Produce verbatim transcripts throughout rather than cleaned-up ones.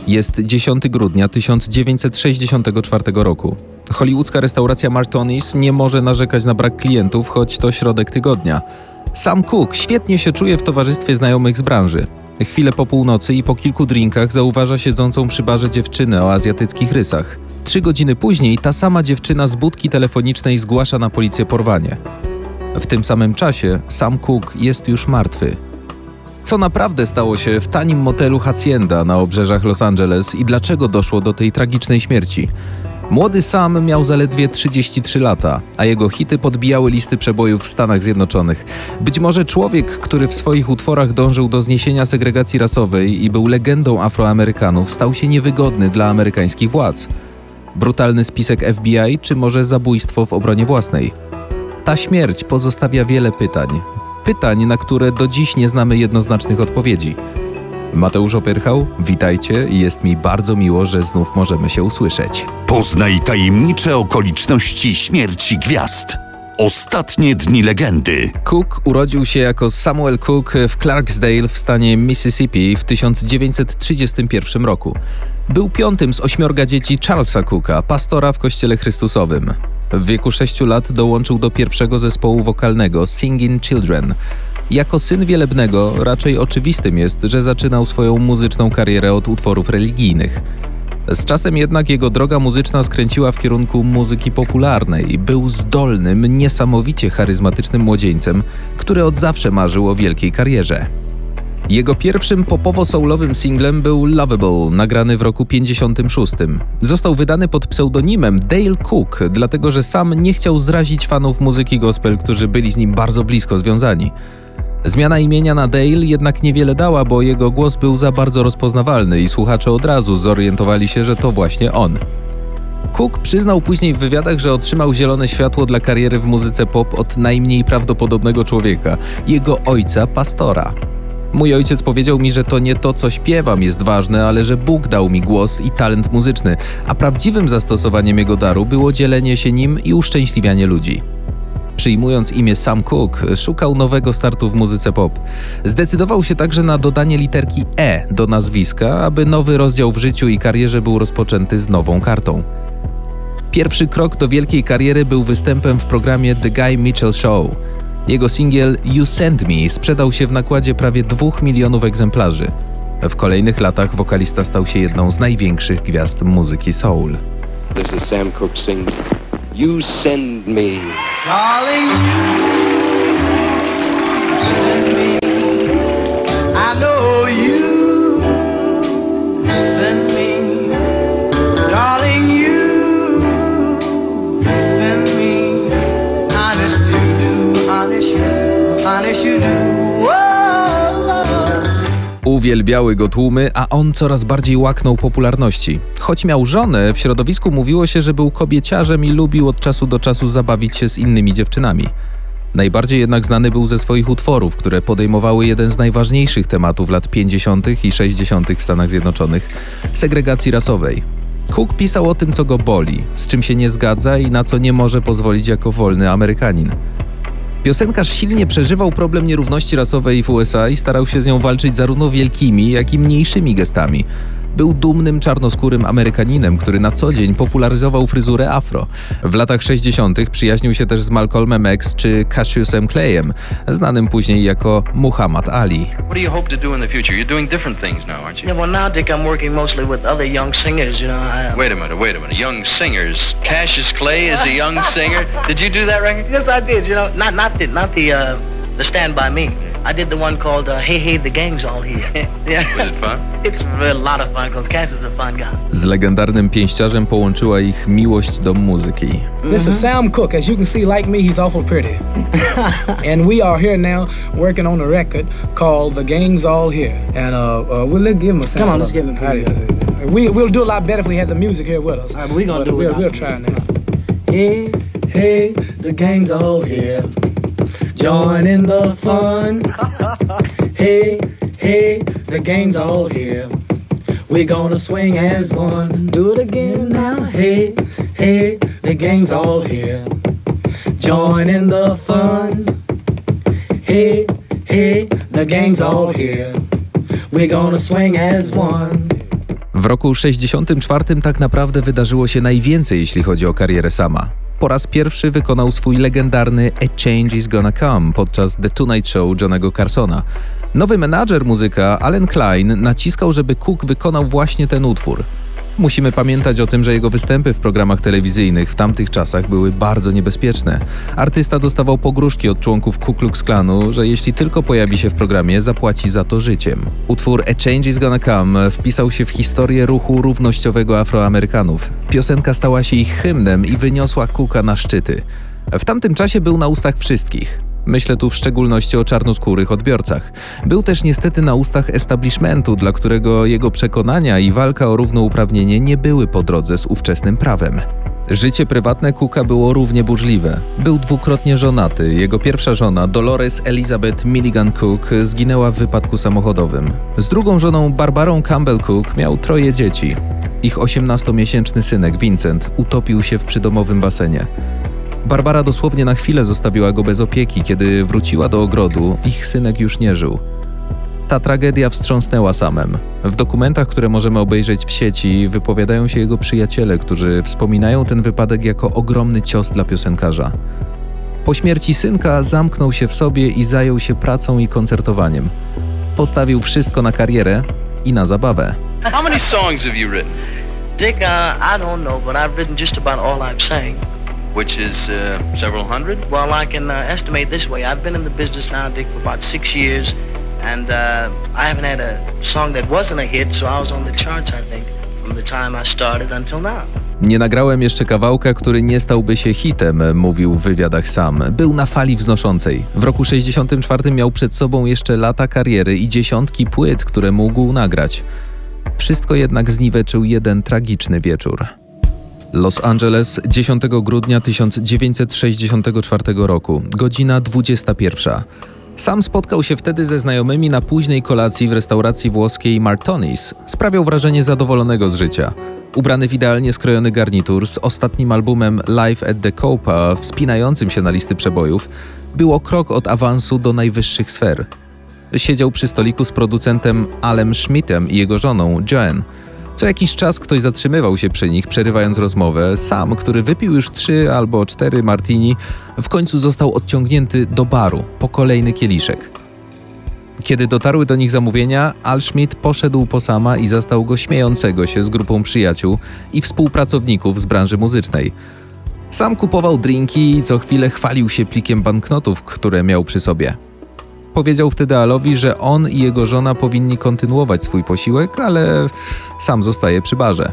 Jest dziesiątego grudnia tysiąc dziewięćset sześćdziesiątego czwartego roku. Hollywoodzka restauracja Martoni's nie może narzekać na brak klientów, choć to środek tygodnia. Sam Cooke świetnie się czuje w towarzystwie znajomych z branży. Chwilę po północy i po kilku drinkach zauważa siedzącą przy barze dziewczynę o azjatyckich rysach. Trzy godziny później ta sama dziewczyna z budki telefonicznej zgłasza na policję porwanie. W tym samym czasie sam Cooke jest już martwy. Co naprawdę stało się w tanim motelu Hacienda na obrzeżach Los Angeles i dlaczego doszło do tej tragicznej śmierci? Młody Sam miał zaledwie trzydzieści trzy lata, a jego hity podbijały listy przebojów w Stanach Zjednoczonych. Być może człowiek, który w swoich utworach dążył do zniesienia segregacji rasowej i był legendą Afroamerykanów, stał się niewygodny dla amerykańskich władz. Brutalny spisek F B I, czy może zabójstwo w obronie własnej? Ta śmierć pozostawia wiele pytań. Pytań, na które do dziś nie znamy jednoznacznych odpowiedzi. Mateusz Opyrchał, witajcie i jest mi bardzo miło, że znów możemy się usłyszeć. Poznaj tajemnicze okoliczności śmierci gwiazd. Ostatnie dni legendy. Cooke urodził się jako Samuel Cooke w Clarksdale w stanie Mississippi w tysiąc dziewięćset trzydziestym pierwszym roku. Był piątym z ośmiorga dzieci Charlesa Cooka, pastora w kościele Chrystusowym. W wieku sześciu lat dołączył do pierwszego zespołu wokalnego Singing Children. Jako syn wielebnego raczej oczywistym jest, że zaczynał swoją muzyczną karierę od utworów religijnych. Z czasem jednak jego droga muzyczna skręciła w kierunku muzyki popularnej. Był zdolnym, niesamowicie charyzmatycznym młodzieńcem, który od zawsze marzył o wielkiej karierze. Jego pierwszym popowo-soulowym singlem był Lovable, nagrany w roku pięćdziesiątym szóstym. Został wydany pod pseudonimem Dale Cook, dlatego że sam nie chciał zrazić fanów muzyki gospel, którzy byli z nim bardzo blisko związani. Zmiana imienia na Dale jednak niewiele dała, bo jego głos był za bardzo rozpoznawalny i słuchacze od razu zorientowali się, że to właśnie on. Cook przyznał później w wywiadach, że otrzymał zielone światło dla kariery w muzyce pop od najmniej prawdopodobnego człowieka, jego ojca, pastora. Mój ojciec powiedział mi, że to nie to, co śpiewam, jest ważne, ale że Bóg dał mi głos i talent muzyczny, a prawdziwym zastosowaniem jego daru było dzielenie się nim i uszczęśliwianie ludzi. Przyjmując imię Sam Cooke, szukał nowego startu w muzyce pop. Zdecydował się także na dodanie literki E do nazwiska, aby nowy rozdział w życiu i karierze był rozpoczęty z nową kartą. Pierwszy krok do wielkiej kariery był występem w programie The Guy Mitchell Show. Jego singiel You Send Me sprzedał się w nakładzie prawie dwóch milionów egzemplarzy. W kolejnych latach wokalista stał się jedną z największych gwiazd muzyki soul. This is Sam Cooke singing You Send Me. Darling, you send me. I know you send me. Darling, you send me. Honest you do, honest you, honest you do. Uwielbiały go tłumy, a on coraz bardziej łaknął popularności. Choć miał żonę, w środowisku mówiło się, że był kobieciarzem i lubił od czasu do czasu zabawić się z innymi dziewczynami. Najbardziej jednak znany był ze swoich utworów, które podejmowały jeden z najważniejszych tematów lat pięćdziesiątych i sześćdziesiątych w Stanach Zjednoczonych – segregacji rasowej. Cooke pisał o tym, co go boli, z czym się nie zgadza i na co nie może pozwolić jako wolny Amerykanin. Piosenkarz silnie przeżywał problem nierówności rasowej w U S A i starał się z nią walczyć zarówno wielkimi, jak i mniejszymi gestami. Był dumnym czarnoskórym Amerykaninem, który na co dzień popularyzował fryzurę afro. W latach sześćdziesiątych przyjaźnił się też z Malcolmem X czy Cassiusem Clayem, znanym później jako Muhammad Ali. What do you hope to do in the future? You're doing different things now, aren't you? Yeah, well, now I think I'm working mostly with other young singers, you know. I, Wait a minute, wait a minute. Young singers. Cassius Clay is a young singer. Did you do that record? Yes, I did, you know. Not not the not the uh, the Stand By Me. I did the one called uh, Hey Hey, the Gang's All Here. Yeah. Was it fun? It's a lot of fun because Cass is a fun guy. Z legendarnym pięściarzem połączyła ich miłość do muzyki. Mm-hmm. This is Sam Cooke. As you can see, like me, he's awful pretty. And we are here now working on a record called The Gang's All Here. And uh, uh, we'll give him a sound. Come on, let's give him a pretty. We, we'll do a lot better if we had the music here with us. All right, but we're going to do we'll, it. We'll try now. Hey, hey, the gang's all here. Join in the fun. Hey, hey, the gang's all here. We're gonna swing as one. Do it again now. Hey, hey, the gang's all here. Join in the fun. Hey, hey, the gang's all here. We're gonna swing as one. W W roku sześćdziesiątym czwartym tak naprawdę wydarzyło się najwięcej, jeśli chodzi o karierę Sama. Po raz pierwszy wykonał swój legendarny A Change Is Gonna Come podczas The Tonight Show Johnnego Carsona. Nowy menadżer muzyka Allen Klein naciskał, żeby Cook wykonał właśnie ten utwór. Musimy pamiętać o tym, że jego występy w programach telewizyjnych w tamtych czasach były bardzo niebezpieczne. Artysta dostawał pogróżki od członków Ku Klux Klanu, że jeśli tylko pojawi się w programie, zapłaci za to życiem. Utwór A Change Is Gonna Come wpisał się w historię ruchu równościowego Afroamerykanów. Piosenka stała się ich hymnem i wyniosła Cooka na szczyty. W tamtym czasie był na ustach wszystkich. Myślę tu w szczególności o czarnoskórych odbiorcach. Był też niestety na ustach establishmentu, dla którego jego przekonania i walka o równouprawnienie nie były po drodze z ówczesnym prawem. Życie prywatne Cooka było równie burzliwe. Był dwukrotnie żonaty. Jego pierwsza żona, Dolores Elizabeth Milligan Cook, zginęła w wypadku samochodowym. Z drugą żoną, Barbarą Campbell Cook, miał troje dzieci. Ich osiemnastomiesięczny synek, Vincent, utopił się w przydomowym basenie. Barbara dosłownie na chwilę zostawiła go bez opieki. Kiedy wróciła do ogrodu, ich synek już nie żył. Ta tragedia wstrząsnęła Samem. W dokumentach, które możemy obejrzeć w sieci, wypowiadają się jego przyjaciele, którzy wspominają ten wypadek jako ogromny cios dla piosenkarza. Po śmierci synka zamknął się w sobie i zajął się pracą i koncertowaniem. Postawił wszystko na karierę i na zabawę. How many songs have you written? Dick, uh, I don't know, but I've written just about all I've sang. Which is uh, several hundred? Well, I can uh, estimate this way. I've been in the business now, Dick, for about six years, and uh, I haven't had a song that wasn't a hit, so I was on the charts, I think, from the time I started until now. Nie nagrałem jeszcze kawałka, który nie stałby się hitem, mówił w wywiadach Sam. Był na fali wznoszącej. W roku sześćdziesiątym czwartym miał przed sobą jeszcze lata kariery i dziesiątki płyt, które mógł nagrać. Wszystko jednak zniweczył jeden tragiczny wieczór. Los Angeles, dziesiątego grudnia tysiąc dziewięćset sześćdziesiątego czwartego roku, godzina dwudziesta pierwsza. Sam spotkał się wtedy ze znajomymi na późnej kolacji w restauracji włoskiej Martoni's. Sprawiał wrażenie zadowolonego z życia. Ubrany w idealnie skrojony garnitur z ostatnim albumem Live at the Copa, wspinającym się na listy przebojów, było krok od awansu do najwyższych sfer. Siedział przy stoliku z producentem Alem Schmidtem i jego żoną Joanne. Co jakiś czas ktoś zatrzymywał się przy nich, przerywając rozmowę. Sam, który wypił już trzy albo cztery martini, w końcu został odciągnięty do baru po kolejny kieliszek. Kiedy dotarły do nich zamówienia, Al Schmidt poszedł po Sama i zastał go śmiejącego się z grupą przyjaciół i współpracowników z branży muzycznej. Sam kupował drinki i co chwilę chwalił się plikiem banknotów, które miał przy sobie. Powiedział wtedy Alowi, że on i jego żona powinni kontynuować swój posiłek, ale sam zostaje przy barze.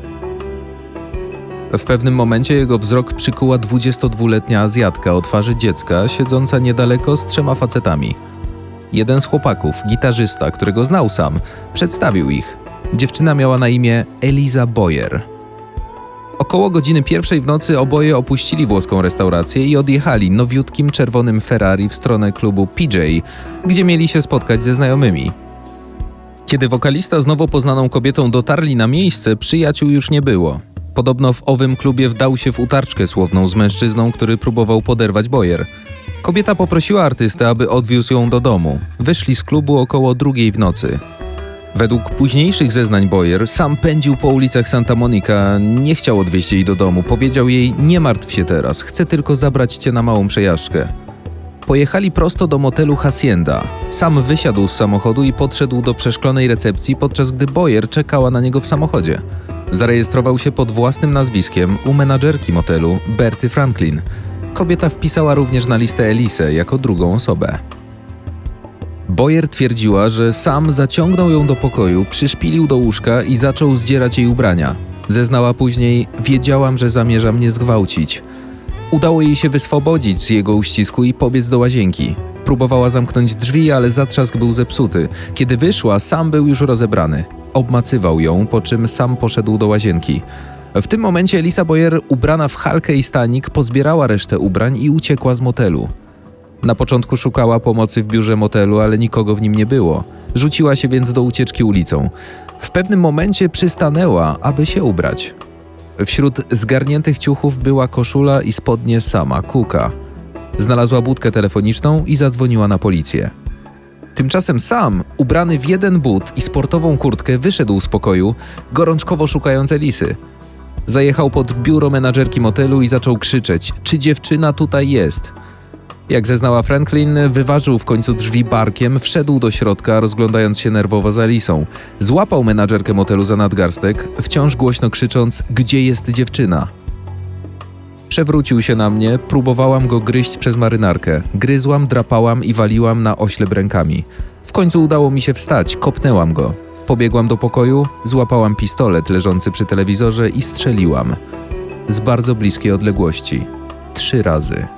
W pewnym momencie jego wzrok przykuła dwudziestodwuletnia Azjatka o twarzy dziecka, siedząca niedaleko z trzema facetami. Jeden z chłopaków, gitarzysta, którego znał Sam, przedstawił ich. Dziewczyna miała na imię Eliza Boyer. Około godziny pierwszej w nocy oboje opuścili włoską restaurację i odjechali nowiutkim czerwonym Ferrari w stronę klubu P J, gdzie mieli się spotkać ze znajomymi. Kiedy wokalista z nowo poznaną kobietą dotarli na miejsce, przyjaciół już nie było. Podobno w owym klubie wdał się w utarczkę słowną z mężczyzną, który próbował poderwać Boyer. Kobieta poprosiła artystę, aby odwiózł ją do domu. Wyszli z klubu około drugiej w nocy. Według późniejszych zeznań Boyer sam pędził po ulicach Santa Monica, nie chciał odwieźć jej do domu. Powiedział jej: nie martw się teraz, chcę tylko zabrać cię na małą przejażdżkę. Pojechali prosto do motelu Hacienda. Sam wysiadł z samochodu i podszedł do przeszklonej recepcji, podczas gdy Boyer czekała na niego w samochodzie. Zarejestrował się pod własnym nazwiskiem u menadżerki motelu, Berty Franklin. Kobieta wpisała również na listę Elisę jako drugą osobę. Boyer twierdziła, że Sam zaciągnął ją do pokoju, przyszpilił do łóżka i zaczął zdzierać jej ubrania. Zeznała później: wiedziałam, że zamierza mnie zgwałcić. Udało jej się wyswobodzić z jego uścisku i pobiec do łazienki. Próbowała zamknąć drzwi, ale zatrzask był zepsuty. Kiedy wyszła, Sam był już rozebrany. Obmacywał ją, po czym Sam poszedł do łazienki. W tym momencie Elisa Boyer, ubrana w halkę i stanik, pozbierała resztę ubrań i uciekła z motelu. Na początku szukała pomocy w biurze motelu, ale nikogo w nim nie było. Rzuciła się więc do ucieczki ulicą. W pewnym momencie przystanęła, aby się ubrać. Wśród zgarniętych ciuchów była koszula i spodnie Sama Cooka. Znalazła budkę telefoniczną i zadzwoniła na policję. Tymczasem Sam, ubrany w jeden but i sportową kurtkę, wyszedł z pokoju, gorączkowo szukając Elisy. Zajechał pod biuro menadżerki motelu i zaczął krzyczeć: czy dziewczyna tutaj jest? Jak zeznała Franklin, wyważył w końcu drzwi barkiem, wszedł do środka, rozglądając się nerwowo za Elisą. Złapał menadżerkę motelu za nadgarstek, wciąż głośno krzycząc: gdzie jest dziewczyna? Przewrócił się na mnie, próbowałam go gryźć przez marynarkę. Gryzłam, drapałam i waliłam na oślep rękami. W końcu udało mi się wstać, kopnęłam go. Pobiegłam do pokoju, złapałam pistolet leżący przy telewizorze i strzeliłam. Z bardzo bliskiej odległości. Trzy razy.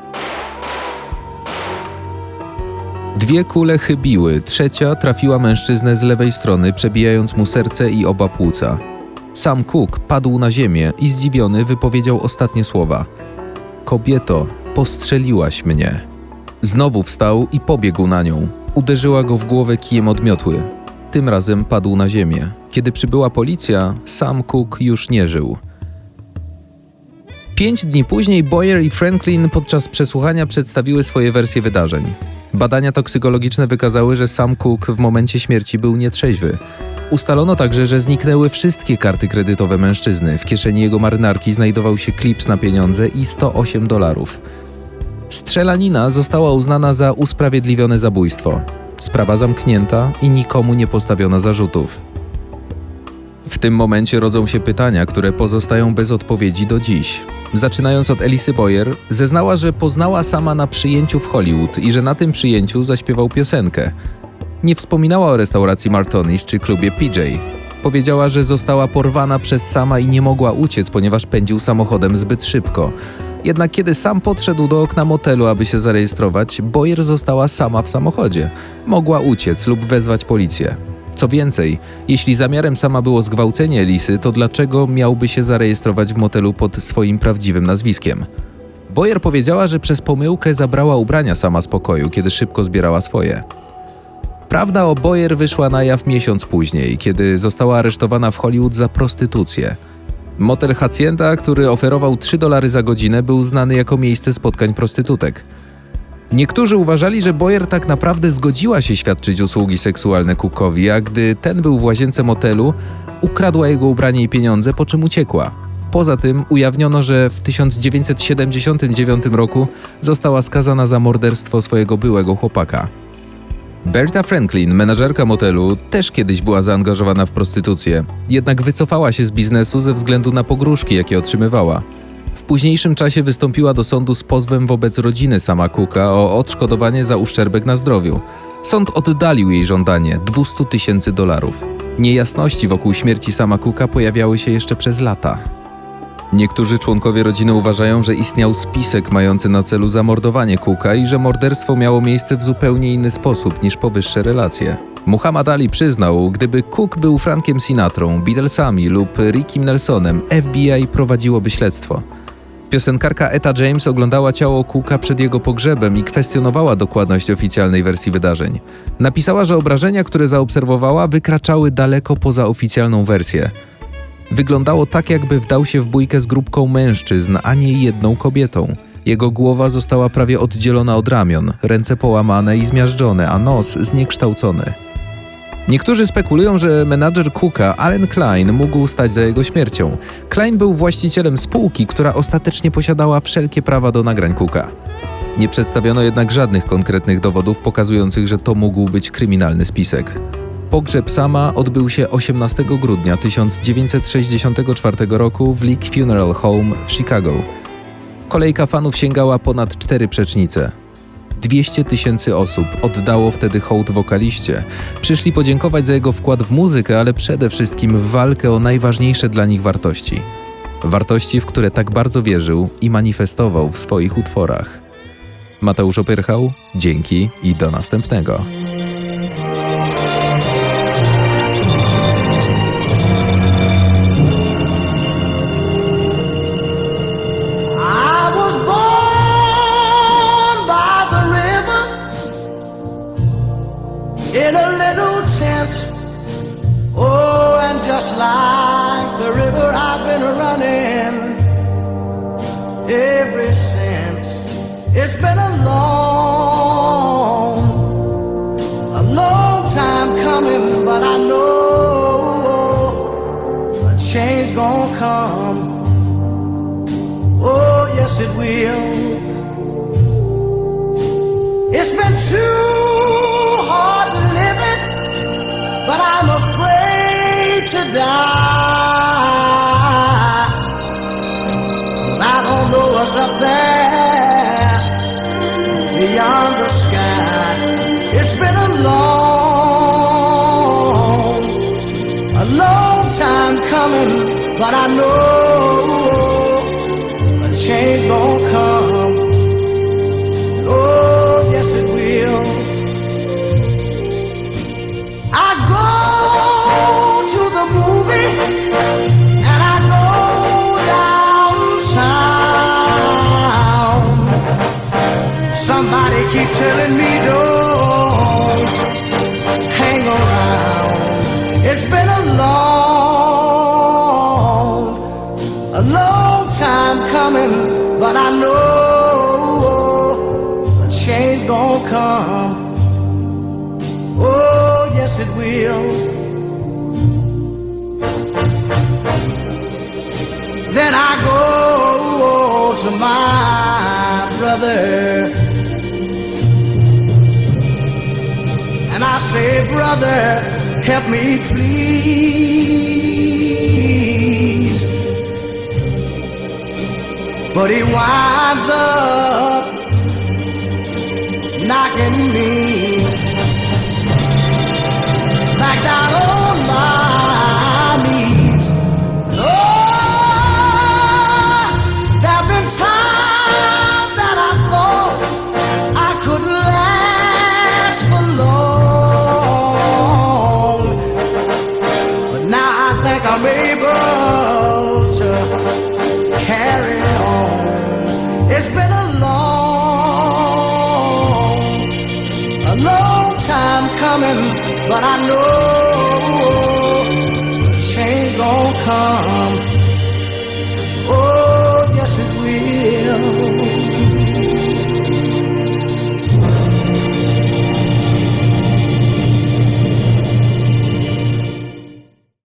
Dwie kule chybiły, trzecia trafiła mężczyznę z lewej strony, przebijając mu serce i oba płuca. Sam Cooke padł na ziemię i zdziwiony wypowiedział ostatnie słowa: kobieto, postrzeliłaś mnie. Znowu wstał i pobiegł na nią. Uderzyła go w głowę kijem od miotły. Tym razem padł na ziemię. Kiedy przybyła policja, Sam Cooke już nie żył. Pięć dni później Boyer i Franklin podczas przesłuchania przedstawiły swoje wersje wydarzeń. Badania toksykologiczne wykazały, że Sam Cooke w momencie śmierci był nietrzeźwy. Ustalono także, że zniknęły wszystkie karty kredytowe mężczyzny. W kieszeni jego marynarki znajdował się klips na pieniądze i sto osiem dolarów. Strzelanina została uznana za usprawiedliwione zabójstwo. Sprawa zamknięta i nikomu nie postawiono zarzutów. W tym momencie rodzą się pytania, które pozostają bez odpowiedzi do dziś. Zaczynając od Elisy Boyer, zeznała, że poznała Sama na przyjęciu w Hollywood i że na tym przyjęciu zaśpiewał piosenkę. Nie wspominała o restauracji Martoni's czy klubie P J. Powiedziała, że została porwana przez Sama i nie mogła uciec, ponieważ pędził samochodem zbyt szybko. Jednak kiedy Sam podszedł do okna motelu, aby się zarejestrować, Boyer została sama w samochodzie. Mogła uciec lub wezwać policję. Co więcej, jeśli zamiarem Sama było zgwałcenie Elisy, to dlaczego miałby się zarejestrować w motelu pod swoim prawdziwym nazwiskiem? Boyer powiedziała, że przez pomyłkę zabrała ubrania Sama z pokoju, kiedy szybko zbierała swoje. Prawda o Boyer wyszła na jaw miesiąc później, kiedy została aresztowana w Hollywood za prostytucję. Motel Hacienda, który oferował trzy dolary za godzinę, był znany jako miejsce spotkań prostytutek. Niektórzy uważali, że Boyer tak naprawdę zgodziła się świadczyć usługi seksualne Cooke'owi, a gdy ten był w łazience motelu, ukradła jego ubranie i pieniądze, po czym uciekła. Poza tym ujawniono, że w tysiąc dziewięćset siedemdziesiątym dziewiątym roku została skazana za morderstwo swojego byłego chłopaka. Berta Franklin, menadżerka motelu, też kiedyś była zaangażowana w prostytucję, jednak wycofała się z biznesu ze względu na pogróżki, jakie otrzymywała. W późniejszym czasie wystąpiła do sądu z pozwem wobec rodziny Sama Cooke'a o odszkodowanie za uszczerbek na zdrowiu. Sąd oddalił jej żądanie dwieście tysięcy dolarów. Niejasności wokół śmierci Sama Cooke'a pojawiały się jeszcze przez lata. Niektórzy członkowie rodziny uważają, że istniał spisek mający na celu zamordowanie Cooke'a i że morderstwo miało miejsce w zupełnie inny sposób niż powyższe relacje. Muhammad Ali przyznał, gdyby Cooke był Frankiem Sinatrą, Beatlesami lub Rickiem Nelsonem, F B I prowadziłoby śledztwo. Piosenkarka Etta James oglądała ciało Cooke'a przed jego pogrzebem i kwestionowała dokładność oficjalnej wersji wydarzeń. Napisała, że obrażenia, które zaobserwowała, wykraczały daleko poza oficjalną wersję. Wyglądało tak, jakby wdał się w bójkę z grupką mężczyzn, a nie jedną kobietą. Jego głowa została prawie oddzielona od ramion, ręce połamane i zmiażdżone, a nos zniekształcony. Niektórzy spekulują, że menadżer Cooke'a, Allen Klein, mógł stać za jego śmiercią. Klein był właścicielem spółki, która ostatecznie posiadała wszelkie prawa do nagrań Cooke'a. Nie przedstawiono jednak żadnych konkretnych dowodów pokazujących, że to mógł być kryminalny spisek. Pogrzeb Sama odbył się osiemnastego grudnia tysiąc dziewięćset sześćdziesiątego czwartego roku w Leak Funeral Home w Chicago. Kolejka fanów sięgała ponad cztery przecznice. dwieście tysięcy osób oddało wtedy hołd wokaliście. Przyszli podziękować za jego wkład w muzykę, ale przede wszystkim w walkę o najważniejsze dla nich wartości. Wartości, w które tak bardzo wierzył i manifestował w swoich utworach. Mateusz Opyrchał, dzięki i do następnego. In a little tent, oh, and just like the river I've been running ever since. It's been a long, a long change gonna come. Oh, yes it will. It's been too hard living, but I'm afraid to die. 'Cause I don't know what's up there beyond the sky. It's been a long, a long time coming, but I know a change gon' come. Oh, yes it will. I go to the movie and I go downtown. Somebody keep telling me don't hang around. It's been a long, a long time coming, but I know a change gon' come. Oh, yes it will. Then I go to my brother and I say, brother, help me please. But he winds up knocking me back down on my knees. Oh, there've been times that I thought I could last for long, but now I think I'm able to carry on. It's been a long, a long time coming, but I know